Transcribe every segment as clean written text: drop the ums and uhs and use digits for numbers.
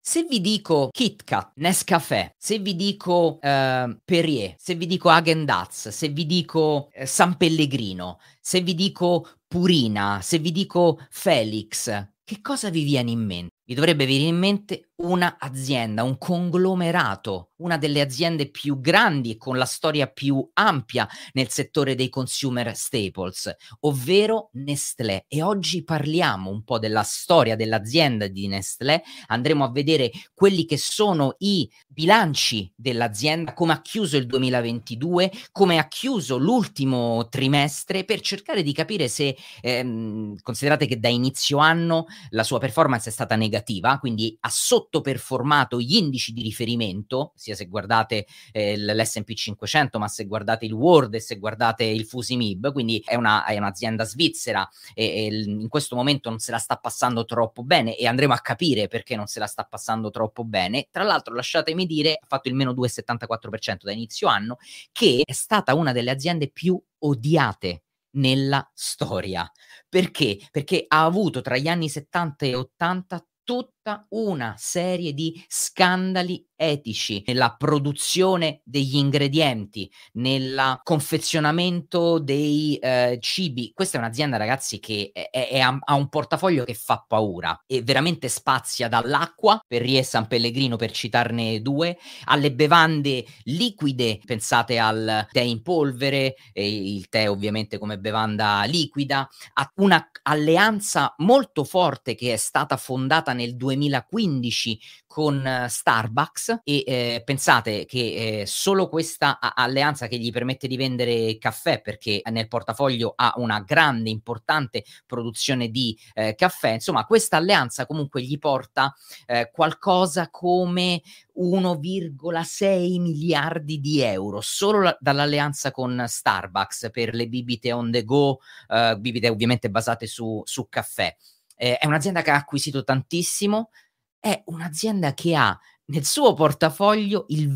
Se vi dico KitKat, Nescafè, se vi dico Perrier, se vi dico Häagen-Dazs, se vi dico San Pellegrino, se vi dico Purina, se vi dico Felix, che cosa vi viene in mente? Vi dovrebbe venire in mente una azienda, un conglomerato, una delle aziende più grandi e con la storia più ampia nel settore dei consumer staples, ovvero Nestlé. E oggi parliamo un po' della storia dell'azienda di Nestlé, andremo a vedere quelli che sono i bilanci dell'azienda, come ha chiuso il 2022, come ha chiuso l'ultimo trimestre, per cercare di capire se, considerate che da inizio anno la sua performance è stata negativa, quindi ha sottoperformato gli indici di riferimento, sia se guardate l'S&P 500, ma se guardate il World e se guardate il Fusimib, quindi è un'azienda svizzera e in questo momento non se la sta passando troppo bene e andremo a capire perché non se la sta passando troppo bene. Tra l'altro, lasciatemi dire, ha fatto il meno 2,74% da inizio anno, che è stata una delle aziende più odiate nella storia. Perché? Perché ha avuto tra gli anni 70 e 80 tutta una serie di scandali etici nella produzione degli ingredienti, nella confezionamento dei cibi. Questa è un'azienda, ragazzi, che ha un portafoglio che fa paura e veramente spazia dall'acqua, Perrier e San Pellegrino per citarne due, alle bevande liquide, pensate al tè in polvere, il tè ovviamente come bevanda liquida, a una alleanza molto forte che è stata fondata nel 2015 con Starbucks e pensate che solo questa alleanza che gli permette di vendere caffè, perché nel portafoglio ha una grande, importante produzione di caffè, insomma questa alleanza comunque gli porta qualcosa come 1,6 miliardi di euro solo dall'alleanza con Starbucks per le bibite on the go, bibite ovviamente basate su caffè. È un'azienda che ha acquisito tantissimo, è un'azienda che ha nel suo portafoglio il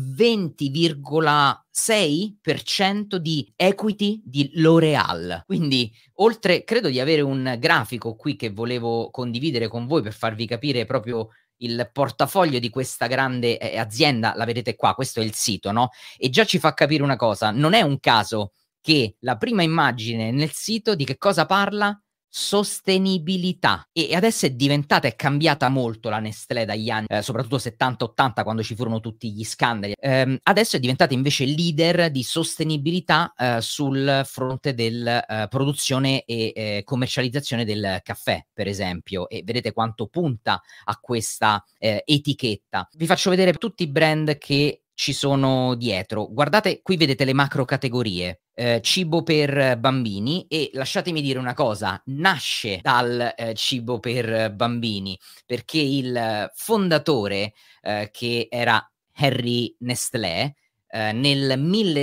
20,6% di equity di L'Oréal. Quindi, oltre, credo di avere un grafico qui che volevo condividere con voi per farvi capire proprio il portafoglio di questa grande azienda, la vedete qua, questo è il sito, no? E già ci fa capire una cosa, non è un caso che la prima immagine nel sito di che cosa parla? Sostenibilità. E adesso è cambiata molto la Nestlé dagli anni, soprattutto 70-80 quando ci furono tutti gli scandali. Adesso è diventata invece leader di sostenibilità sul fronte del produzione e commercializzazione del caffè, per esempio, e vedete quanto punta a questa etichetta. Vi faccio vedere tutti i brand che ci sono dietro. Guardate, qui vedete le macro categorie. Cibo per bambini e lasciatemi dire una cosa, nasce dal cibo per bambini perché il fondatore che era Henry Nestlé nel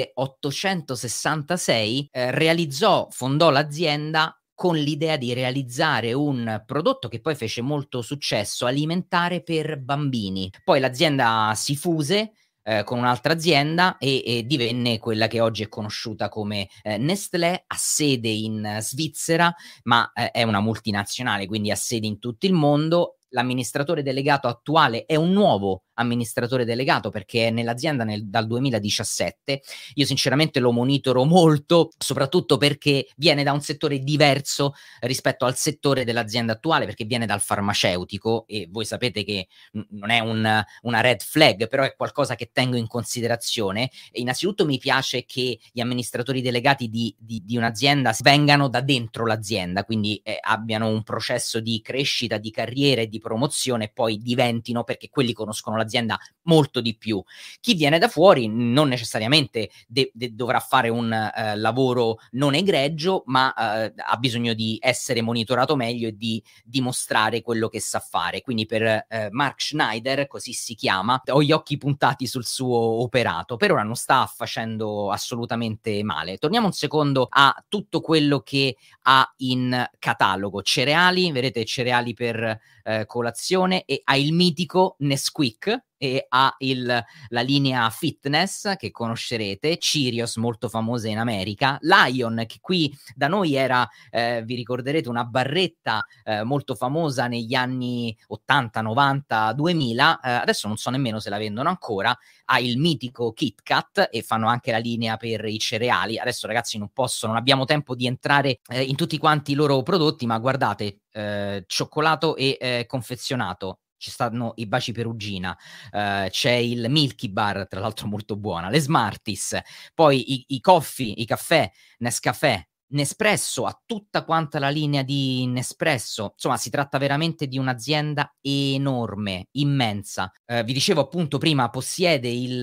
1866 fondò l'azienda con l'idea di realizzare un prodotto che poi fece molto successo, alimentare per bambini. Poi l'azienda si fuse con un'altra azienda e divenne quella che oggi è conosciuta come Nestlé, ha sede in Svizzera, ma è una multinazionale, quindi ha sede in tutto il mondo. L'amministratore delegato attuale è un nuovo amministratore delegato perché è nell'azienda dal 2017. Io sinceramente lo monitoro molto, soprattutto perché viene da un settore diverso rispetto al settore dell'azienda attuale, perché viene dal farmaceutico e voi sapete che non è una red flag, però è qualcosa che tengo in considerazione. E innanzitutto mi piace che gli amministratori delegati di un'azienda vengano da dentro l'azienda, quindi abbiano un processo di crescita, di carriera e di promozione e poi diventino, perché quelli conoscono l'azienda molto di più. Chi viene da fuori non necessariamente dovrà fare un lavoro non egregio, ma ha bisogno di essere monitorato meglio e di dimostrare quello che sa fare. Quindi per Mark Schneider, così si chiama, ho gli occhi puntati sul suo operato. Per ora non sta facendo assolutamente male. Torniamo un secondo a tutto quello che ha in catalogo. Cereali, vedete, cereali per colazione, e ha il mitico Nesquik, e ha la linea fitness che conoscerete, Cheerios molto famosa in America, Lion che qui da noi era, vi ricorderete, una barretta molto famosa negli anni 80, 90, 2000, adesso non so nemmeno se la vendono ancora, ha il mitico Kit Kat e fanno anche la linea per i cereali. Adesso ragazzi non abbiamo tempo di entrare in tutti quanti i loro prodotti, ma guardate, cioccolato e confezionato. Ci stanno i baci perugina, c'è il Milky Bar, tra l'altro molto buona, le Smarties, poi i coffee, i caffè, Nescafè, Nespresso, ha tutta quanta la linea di Nespresso. Insomma, si tratta veramente di un'azienda enorme, immensa. Vi dicevo appunto prima, possiede il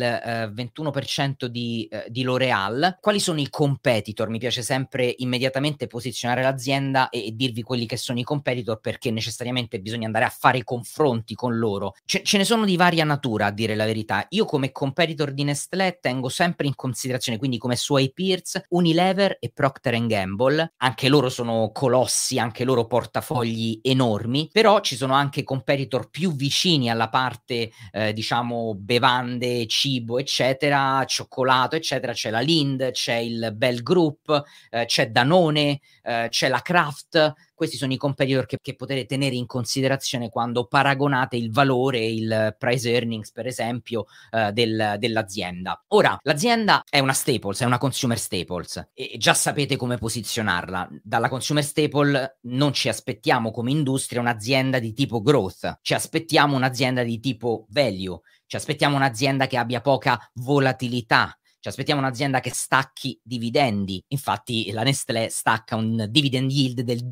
21% di L'Oréal. Quali sono i competitor? Mi piace sempre immediatamente posizionare l'azienda e dirvi quelli che sono i competitor, perché necessariamente bisogna andare a fare i confronti con loro. Ce ne sono di varia natura, a dire la verità. Io come competitor di Nestlé tengo sempre in considerazione, quindi come suoi peers, Unilever e Procter Gamble. Anche loro sono colossi, anche loro portafogli enormi, però ci sono anche competitor più vicini alla parte diciamo bevande, cibo eccetera, cioccolato eccetera. C'è la Lind, c'è il Bell Group, c'è Danone, c'è la Kraft. Questi sono i competitor che potete tenere in considerazione quando paragonate il valore, il price earnings per esempio dell'azienda. Ora, l'azienda è una staples, è una consumer staples e già sapete come posizionarla. Dalla consumer staple non ci aspettiamo come industria un'azienda di tipo growth, ci aspettiamo un'azienda di tipo value, ci aspettiamo un'azienda che abbia poca volatilità, ci aspettiamo un'azienda che stacchi dividendi. Infatti la Nestlé stacca un dividend yield del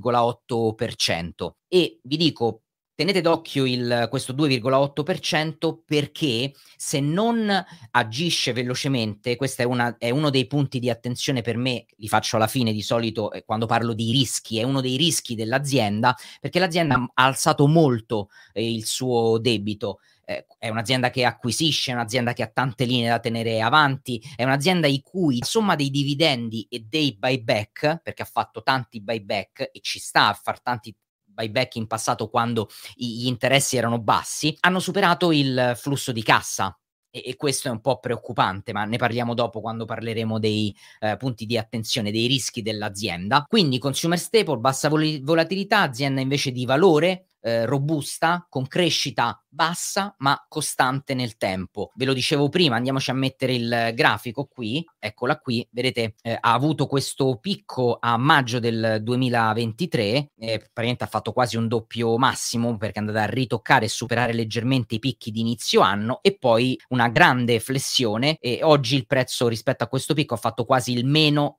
2,8% e vi dico, tenete d'occhio questo 2,8% perché se non agisce velocemente, questo è uno dei punti di attenzione per me, li faccio alla fine di solito quando parlo di rischi, è uno dei rischi dell'azienda, perché l'azienda ha alzato molto il suo debito. È un'azienda che acquisisce, è un'azienda che ha tante linee da tenere avanti, è un'azienda i cui somma dei dividendi e dei buyback, perché ha fatto tanti buyback e ci sta a far tanti buyback in passato quando gli interessi erano bassi, hanno superato il flusso di cassa. E questo è un po' preoccupante, ma ne parliamo dopo quando parleremo dei punti di attenzione, dei rischi dell'azienda. Quindi consumer staple, bassa volatilità, azienda invece di valore, robusta, con crescita bassa ma costante nel tempo. Ve lo dicevo prima, andiamoci a mettere il grafico qui, eccola qui, vedete ha avuto questo picco a maggio del 2023, praticamente ha fatto quasi un doppio massimo perché è andata a ritoccare e superare leggermente i picchi di inizio anno e poi una grande flessione e oggi il prezzo rispetto a questo picco ha fatto quasi il meno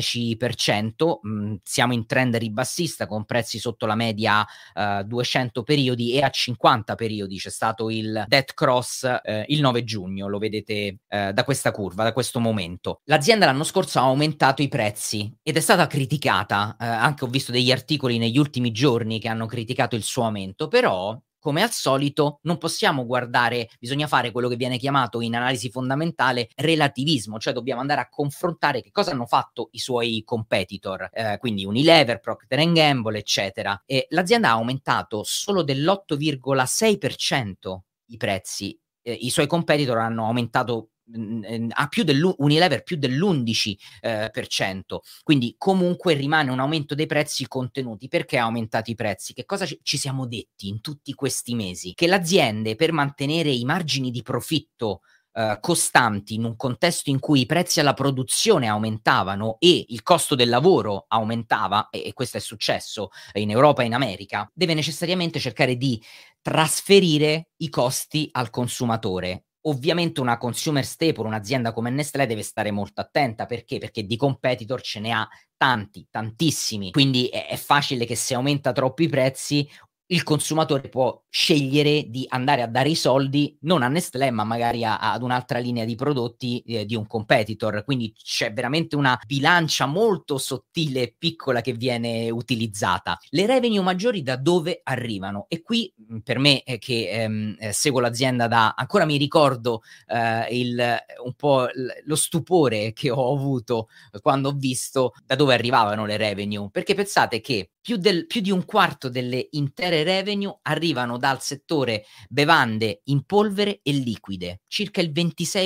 10%, siamo in trend ribassista con prezzi sotto la media 200 periodi e a 50 periodi. C'è stato il dead cross il 9 giugno, lo vedete da questa curva, da questo momento. L'azienda l'anno scorso ha aumentato i prezzi ed è stata criticata, anche ho visto degli articoli negli ultimi giorni che hanno criticato il suo aumento, però come al solito non possiamo guardare, bisogna fare quello che viene chiamato in analisi fondamentale relativismo, cioè dobbiamo andare a confrontare che cosa hanno fatto i suoi competitor, quindi Unilever, Procter Gamble, eccetera. E l'azienda ha aumentato solo dell'8,6% i prezzi, i suoi competitor hanno aumentato a Unilever più dell'11%, quindi comunque rimane un aumento dei prezzi contenuti. Perché ha aumentato i prezzi? Che cosa ci siamo detti in tutti questi mesi? Che le aziende, per mantenere i margini di profitto costanti in un contesto in cui i prezzi alla produzione aumentavano e il costo del lavoro aumentava, e questo è successo in Europa e in America, deve necessariamente cercare di trasferire i costi al consumatore. Ovviamente una consumer staple, un'azienda come Nestlé deve stare molto attenta, perché? Perché di competitor ce ne ha tanti, tantissimi, quindi è facile che se aumenta troppo i prezzi il consumatore può scegliere di andare a dare i soldi non a Nestlé, ma magari ad un'altra linea di prodotti di un competitor. Quindi c'è veramente una bilancia molto sottile e piccola che viene utilizzata. Le revenue maggiori da dove arrivano? E qui per me che seguo l'azienda da ancora mi ricordo un po' lo stupore che ho avuto quando ho visto da dove arrivavano le revenue, perché pensate che più di un quarto delle intere revenue arrivano dal settore bevande in polvere e liquide, circa il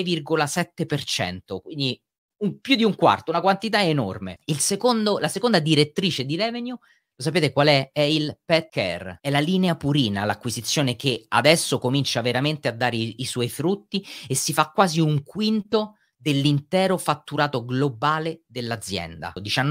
26,7%, quindi più di un quarto, una quantità enorme. La seconda direttrice di revenue, lo sapete qual è? È il pet care, è la linea Purina, l'acquisizione che adesso comincia veramente a dare i suoi frutti e si fa quasi un quinto dell'intero fatturato globale dell'azienda,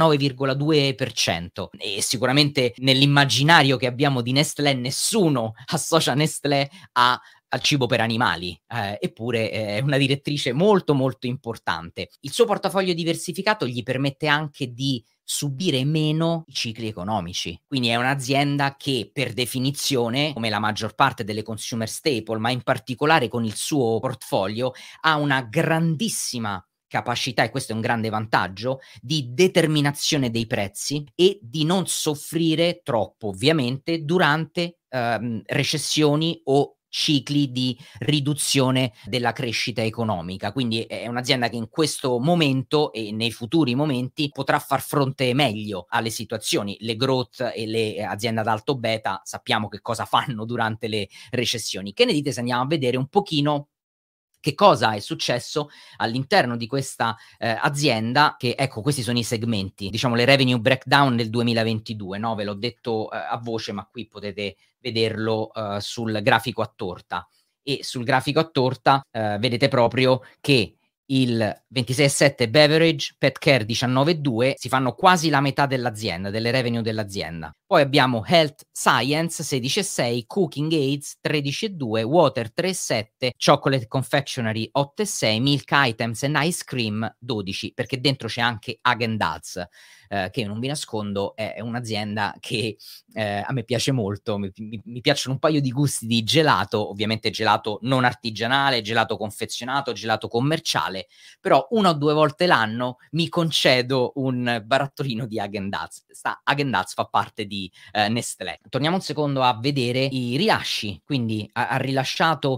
19,2%. E sicuramente nell'immaginario che abbiamo di Nestlé nessuno associa Nestlé al cibo per animali, eppure è una direttrice molto molto importante. Il suo portafoglio diversificato gli permette anche di subire meno i cicli economici. Quindi è un'azienda che per definizione, come la maggior parte delle consumer staple, ma in particolare con il suo portfolio, ha una grandissima capacità, e questo è un grande vantaggio, di determinazione dei prezzi e di non soffrire troppo, ovviamente, durante recessioni o cicli di riduzione della crescita economica. Quindi è un'azienda che in questo momento e nei futuri momenti potrà far fronte meglio alle situazioni. Le growth e le aziende ad alto beta sappiamo che cosa fanno durante le recessioni. Che ne dite se andiamo a vedere un pochino che cosa è successo all'interno di questa azienda? Che ecco, questi sono i segmenti, diciamo le revenue breakdown del 2022, no? Ve l'ho detto a voce, ma qui potete vederlo sul grafico a torta. E sul grafico a torta vedete proprio che il 26,7 beverage, pet care 19,2 si fanno quasi la metà dell'azienda, delle revenue dell'azienda. Poi abbiamo health science 16,6, cooking aids 13,2, water 3,7, chocolate confectionery 8,6, milk items and ice cream 12, perché dentro c'è anche Häagen-Dazs, che non vi nascondo è un'azienda che a me piace molto, mi piacciono un paio di gusti di gelato, ovviamente gelato non artigianale, gelato confezionato, gelato commerciale, però 1 o 2 volte l'anno mi concedo un barattolino di Häagen-Dazs. Häagen-Dazs fa parte di Nestlé. Torniamo un secondo a vedere i rilasci, quindi ha rilasciato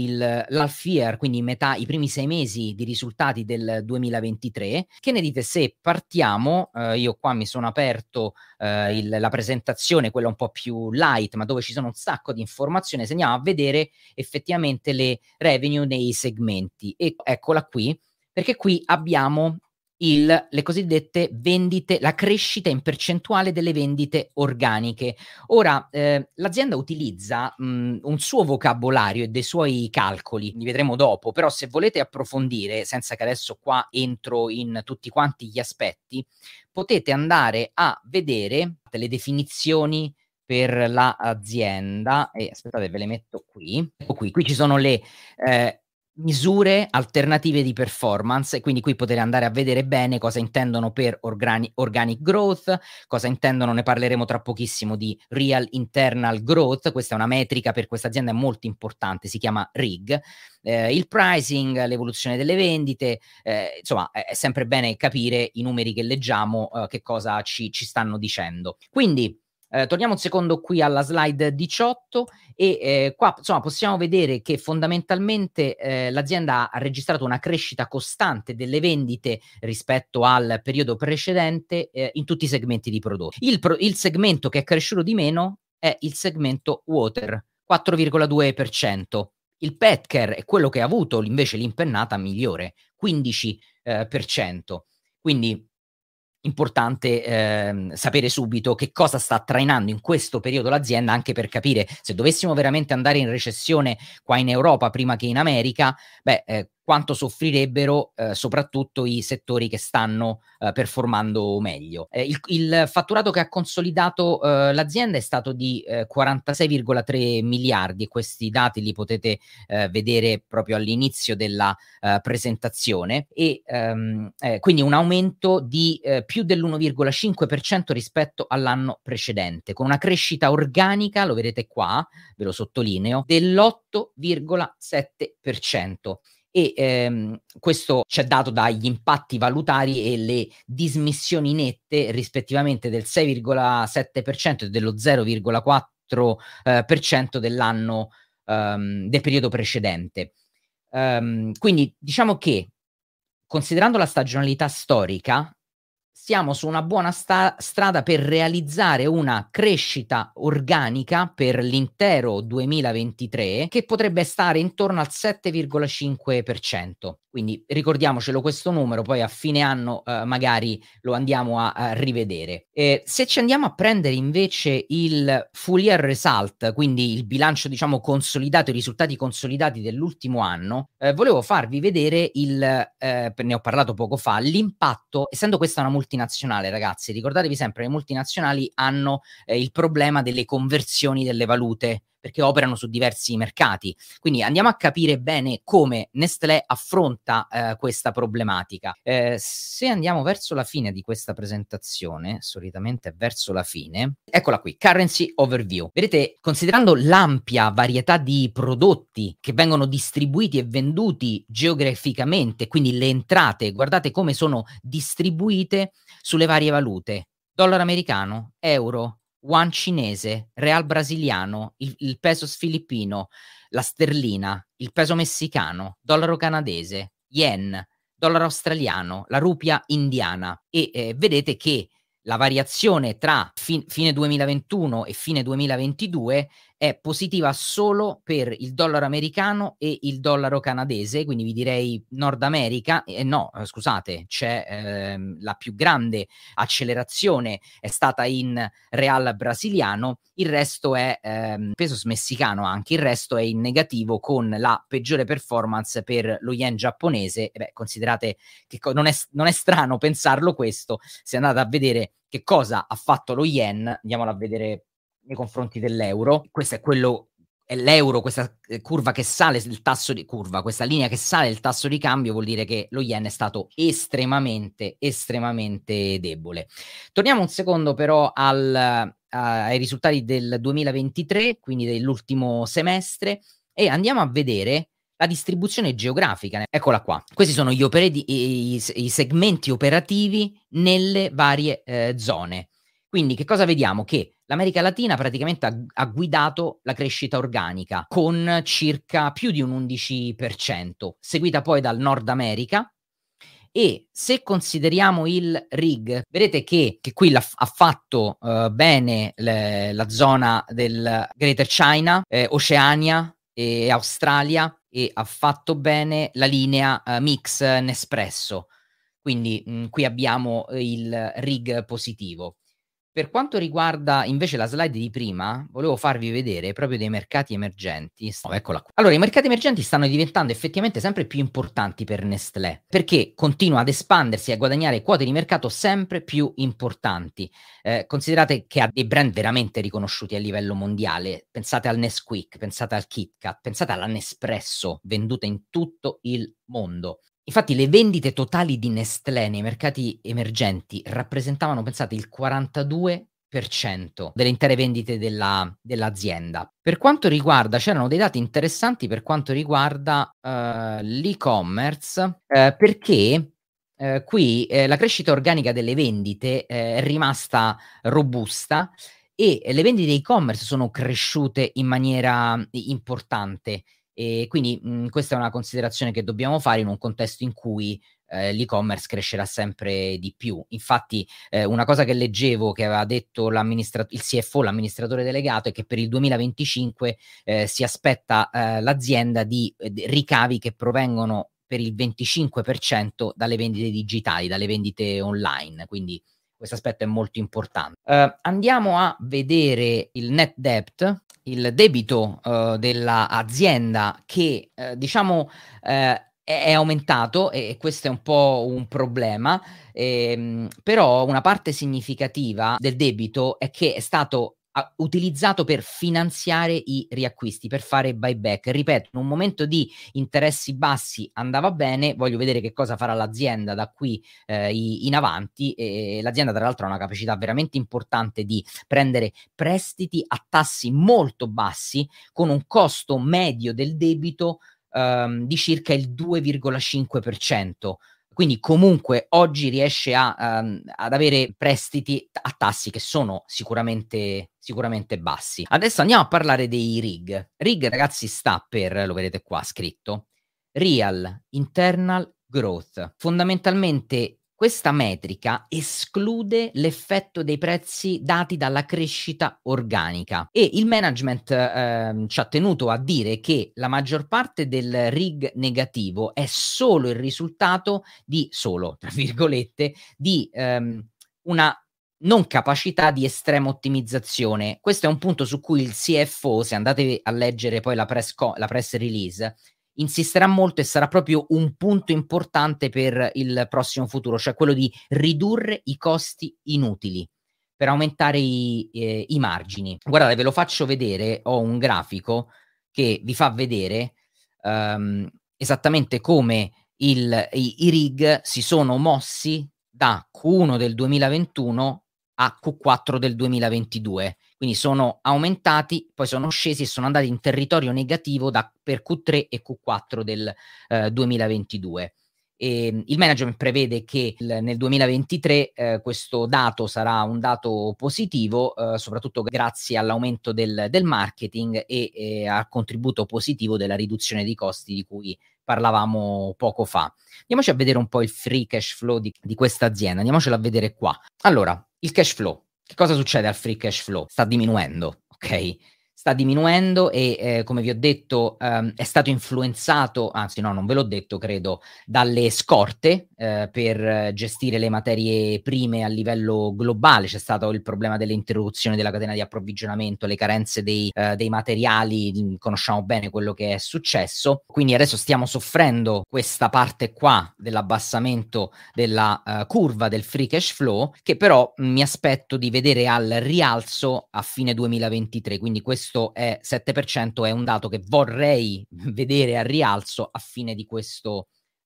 l'half year, quindi i primi 6 mesi di risultati del 2023. Che ne dite se partiamo, io qua mi sono aperto la presentazione, quella un po' più light, ma dove ci sono un sacco di informazioni, se andiamo a vedere effettivamente le revenue nei segmenti. E eccola qui, perché qui abbiamo le cosiddette vendite, la crescita in percentuale delle vendite organiche. Ora, l'azienda utilizza un suo vocabolario e dei suoi calcoli, li vedremo dopo, però se volete approfondire, senza che adesso qua entro in tutti quanti gli aspetti, potete andare a vedere le definizioni per l'azienda e aspettate, ve le metto qui. Ecco qui ci sono le misure alternative di performance, e quindi qui potete andare a vedere bene cosa intendono per organic growth, cosa intendono, ne parleremo tra pochissimo, di real internal growth. Questa è una metrica per questa azienda molto importante, si chiama RIG. Il pricing, l'evoluzione delle vendite, insomma è sempre bene capire i numeri che leggiamo che cosa ci stanno dicendo. Quindi torniamo un secondo qui alla slide 18 e qua insomma possiamo vedere che fondamentalmente l'azienda ha registrato una crescita costante delle vendite rispetto al periodo precedente in tutti i segmenti di prodotti. Il segmento che è cresciuto di meno è il segmento water, 4,2%. Il pet care è quello che ha avuto invece l'impennata migliore, 15%. Quindi importante sapere subito che cosa sta trainando in questo periodo l'azienda, anche per capire se dovessimo veramente andare in recessione qua in Europa prima che in America, quanto soffrirebbero soprattutto i settori che stanno performando meglio. Il fatturato che ha consolidato l'azienda è stato di 46,3 miliardi, e questi dati li potete vedere proprio all'inizio della presentazione, e quindi un aumento di più dell'1,5% rispetto all'anno precedente, con una crescita organica, lo vedete qua, ve lo sottolineo, dell'8,7%. E questo c'è dato dagli impatti valutari e le dismissioni nette rispettivamente del 6,7% e dello 0,4% dell'anno del periodo precedente. Quindi diciamo che, considerando la stagionalità storica, siamo su una buona strada per realizzare una crescita organica per l'intero 2023 che potrebbe stare intorno al 7,5%. Quindi ricordiamocelo questo numero, poi a fine anno magari lo andiamo a rivedere. Se ci andiamo a prendere invece il full year result, quindi il bilancio diciamo consolidato, i risultati consolidati dell'ultimo anno, volevo farvi vedere ne ho parlato poco fa, l'impatto, essendo questa una multinazionale ragazzi, ricordatevi sempre le multinazionali hanno il problema delle conversioni delle valute, perché operano su diversi mercati. Quindi andiamo a capire bene come Nestlé affronta questa problematica. Se andiamo verso la fine di questa presentazione, solitamente è verso la fine, eccola qui, Currency Overview. Vedete, considerando l'ampia varietà di prodotti che vengono distribuiti e venduti geograficamente, quindi le entrate, guardate come sono distribuite sulle varie valute. Dollaro americano, euro, yuan cinese, real brasiliano, il pesos filippino, la sterlina, il peso messicano, dollaro canadese, yen, dollaro australiano, la rupia indiana e vedete che la variazione tra fine 2021 e fine 2022 è positiva solo per il dollaro americano e il dollaro canadese, quindi vi direi Nord America, scusate, c'è la più grande accelerazione è stata in real brasiliano, il resto è pesos messicano anche, il resto è in negativo con la peggiore performance per lo yen giapponese. E beh, considerate che non è strano pensarlo questo, se andate a vedere che cosa ha fatto lo yen, andiamolo a vedere nei confronti dell'euro. Questo è l'euro, questa curva che sale il tasso di curva, questa linea che sale il tasso di cambio vuol dire che lo yen è stato estremamente debole. Torniamo un secondo però ai risultati del 2023, quindi dell'ultimo semestre, e andiamo a vedere la distribuzione geografica. Eccola qua. Questi sono i segmenti operativi nelle varie zone. Quindi che cosa vediamo? Che l'America Latina praticamente ha guidato la crescita organica con circa più di un 11%, seguita poi dal Nord America. E se consideriamo il RIG, vedete che qui ha fatto bene la zona del Greater China, Oceania e Australia, e ha fatto bene la linea mix Nespresso. Quindi qui abbiamo il RIG positivo. Per quanto riguarda invece la slide di prima, volevo farvi vedere proprio dei mercati emergenti. Eccola qua. Allora, i mercati emergenti stanno diventando effettivamente sempre più importanti per Nestlé, perché continua ad espandersi e a guadagnare quote di mercato sempre più importanti. Considerate che ha dei brand veramente riconosciuti a livello mondiale. Pensate al Nesquik, pensate al KitKat, pensate alla Nespresso, venduta in tutto il mondo. Infatti le vendite totali di Nestlé nei mercati emergenti rappresentavano, pensate, il 42% delle intere vendite dell'azienda. Per quanto riguarda c'erano dei dati interessanti per quanto riguarda l'e-commerce, perché qui la crescita organica delle vendite è rimasta robusta e le vendite e-commerce sono cresciute in maniera importante. E quindi questa è una considerazione che dobbiamo fare in un contesto in cui l'e-commerce crescerà sempre di più. Infatti una cosa che leggevo che aveva detto il CFO, l'amministratore delegato, è che per il 2025 si aspetta l'azienda di ricavi che provengono per il 25% dalle vendite digitali, dalle vendite online, quindi questo aspetto è molto importante. Andiamo a vedere il net debt, il debito dell'azienda che diciamo è aumentato e questo è un po' un problema, però una parte significativa del debito è che è stato utilizzato per finanziare i riacquisti, per fare buyback. Ripeto, in un momento di interessi bassi andava bene, voglio vedere che cosa farà l'azienda da qui in avanti, e l'azienda tra l'altro ha una capacità veramente importante di prendere prestiti a tassi molto bassi con un costo medio del debito di circa il 2,5%. Quindi comunque oggi riesce ad avere prestiti a tassi che sono sicuramente bassi. Adesso andiamo a parlare dei RIG. RIG ragazzi sta per, lo vedete qua scritto, Real Internal Growth. Fondamentalmente questa metrica esclude l'effetto dei prezzi dati dalla crescita organica e il management, ci ha tenuto a dire che la maggior parte del RIG negativo è solo il risultato di "solo" tra virgolette, di, una non capacità di estrema ottimizzazione. Questo è un punto su cui il CFO, se andate a leggere poi la press release, insisterà molto e sarà proprio un punto importante per il prossimo futuro, cioè quello di ridurre i costi inutili per aumentare i margini. Guardate, ve lo faccio vedere, ho un grafico che vi fa vedere, esattamente come i RIG si sono mossi da Q1 del 2021 a Q4 del 2022. Quindi sono aumentati, poi sono scesi e sono andati in territorio negativo per Q3 e Q4 del 2022. Il management prevede che nel 2023 questo dato sarà un dato positivo, soprattutto grazie all'aumento del marketing e al contributo positivo della riduzione dei costi di cui parlavamo poco fa. Andiamoci a vedere un po' il free cash flow di questa azienda, andiamocelo a vedere qua. Allora, il cash flow. Che cosa succede al free cash flow? Sta diminuendo, okay? Sta diminuendo e, come vi ho detto, è stato influenzato, anzi no, non ve l'ho detto credo, dalle scorte, per gestire le materie prime a livello globale. C'è stato il problema delle interruzioni della catena di approvvigionamento, le carenze dei materiali, conosciamo bene quello che è successo. Quindi adesso stiamo soffrendo questa parte qua dell'abbassamento della, curva del free cash flow, che però mi aspetto di vedere al rialzo a fine 2023, quindi questo è 7%, è un dato che vorrei vedere al rialzo a fine di questo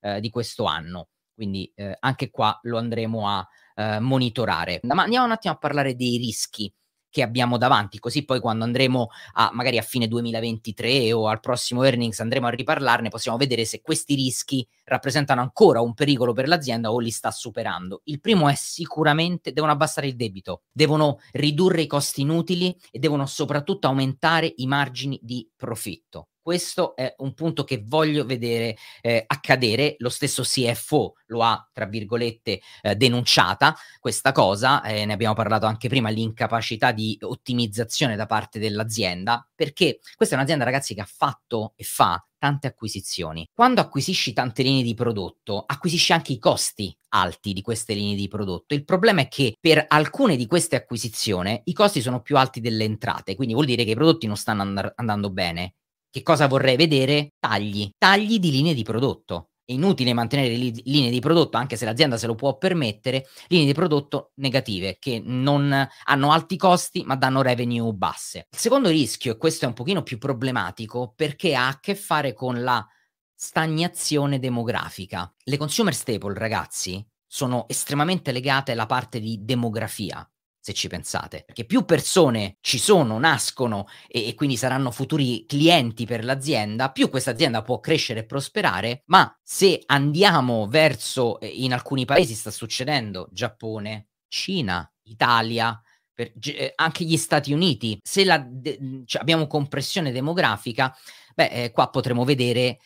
anno. Quindi, anche qua lo andremo a, monitorare. Ma andiamo un attimo a parlare dei rischi che abbiamo davanti, così poi quando andremo magari a fine 2023 o al prossimo earnings andremo a riparlarne, possiamo vedere se questi rischi rappresentano ancora un pericolo per l'azienda o li sta superando. Il primo è sicuramente devono abbassare il debito, devono ridurre i costi inutili e devono soprattutto aumentare i margini di profitto. Questo è un punto che voglio vedere accadere. Lo stesso CFO lo ha, tra virgolette, denunciata questa cosa, ne abbiamo parlato anche prima, l'incapacità di ottimizzazione da parte dell'azienda, perché questa è un'azienda, ragazzi, che ha fatto e fa tante acquisizioni. Quando acquisisci tante linee di prodotto, acquisisci anche i costi alti di queste linee di prodotto. Il problema è che per alcune di queste acquisizioni i costi sono più alti delle entrate, quindi vuol dire che i prodotti non stanno andando bene. Che cosa vorrei vedere? Tagli di linee di prodotto. È inutile mantenere linee di prodotto, anche se l'azienda se lo può permettere, linee di prodotto negative, che non hanno alti costi ma danno revenue basse. Il secondo rischio, e questo è un pochino più problematico, perché ha a che fare con la stagnazione demografica. Le consumer staple, ragazzi, sono estremamente legate alla parte di demografia, se ci pensate, perché più persone ci sono, nascono e quindi saranno futuri clienti per l'azienda, più questa azienda può crescere e prosperare. Ma se andiamo verso, in alcuni paesi sta succedendo, Giappone, Cina, Italia, anche gli Stati Uniti, se cioè abbiamo compressione demografica, qua potremo vedere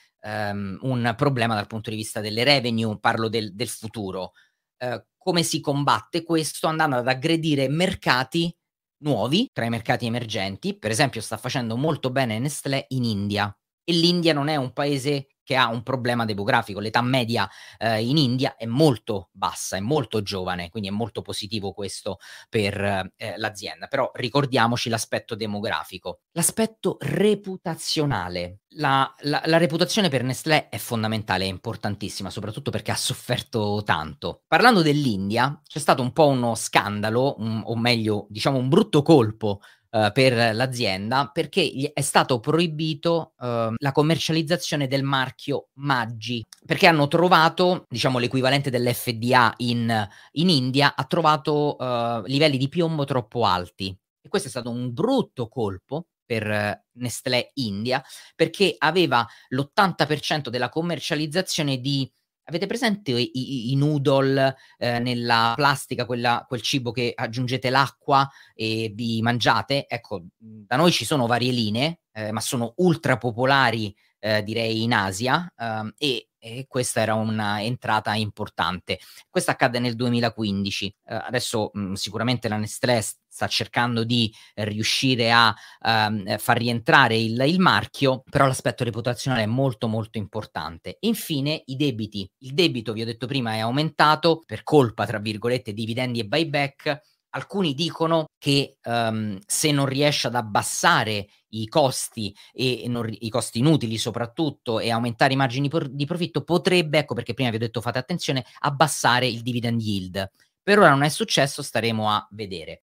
un problema dal punto di vista delle revenue, parlo del futuro. Come si combatte questo? Andando ad aggredire mercati nuovi, tra i mercati emergenti. Per esempio sta facendo molto bene Nestlé in India, e l'India non è un paese che ha un problema demografico. L'età media, in India è molto bassa, è molto giovane, quindi è molto positivo questo per, l'azienda. Però ricordiamoci l'aspetto demografico. L'aspetto reputazionale. La reputazione per Nestlé è fondamentale, è importantissima, soprattutto perché ha sofferto tanto. Parlando dell'India, c'è stato un po' uno scandalo, o meglio, diciamo un brutto colpo per l'azienda, perché è stato proibito la commercializzazione del marchio Maggi, perché hanno trovato, diciamo l'equivalente dell'FDA in India, ha trovato livelli di piombo troppo alti. E questo è stato un brutto colpo per Nestlé India, perché aveva l'80% della commercializzazione di, avete presente i noodle nella plastica, quel cibo che aggiungete l'acqua e vi mangiate? Ecco, da noi ci sono varie linee, ma sono ultra popolari, direi in Asia, e e questa era una entrata importante. Questo accadde nel 2015. Adesso, sicuramente la Nestlé sta cercando di riuscire a, far rientrare il marchio, però l'aspetto reputazionale è molto, molto importante. Infine i debiti. Il debito, vi ho detto prima, è aumentato per colpa, tra virgolette, "dividendi e buyback". Alcuni dicono che, se non riesce ad abbassare i costi e non ri i costi inutili soprattutto e aumentare i margini di profitto, potrebbe, ecco perché prima vi ho detto fate attenzione, abbassare il dividend yield. Per ora non è successo, staremo a vedere.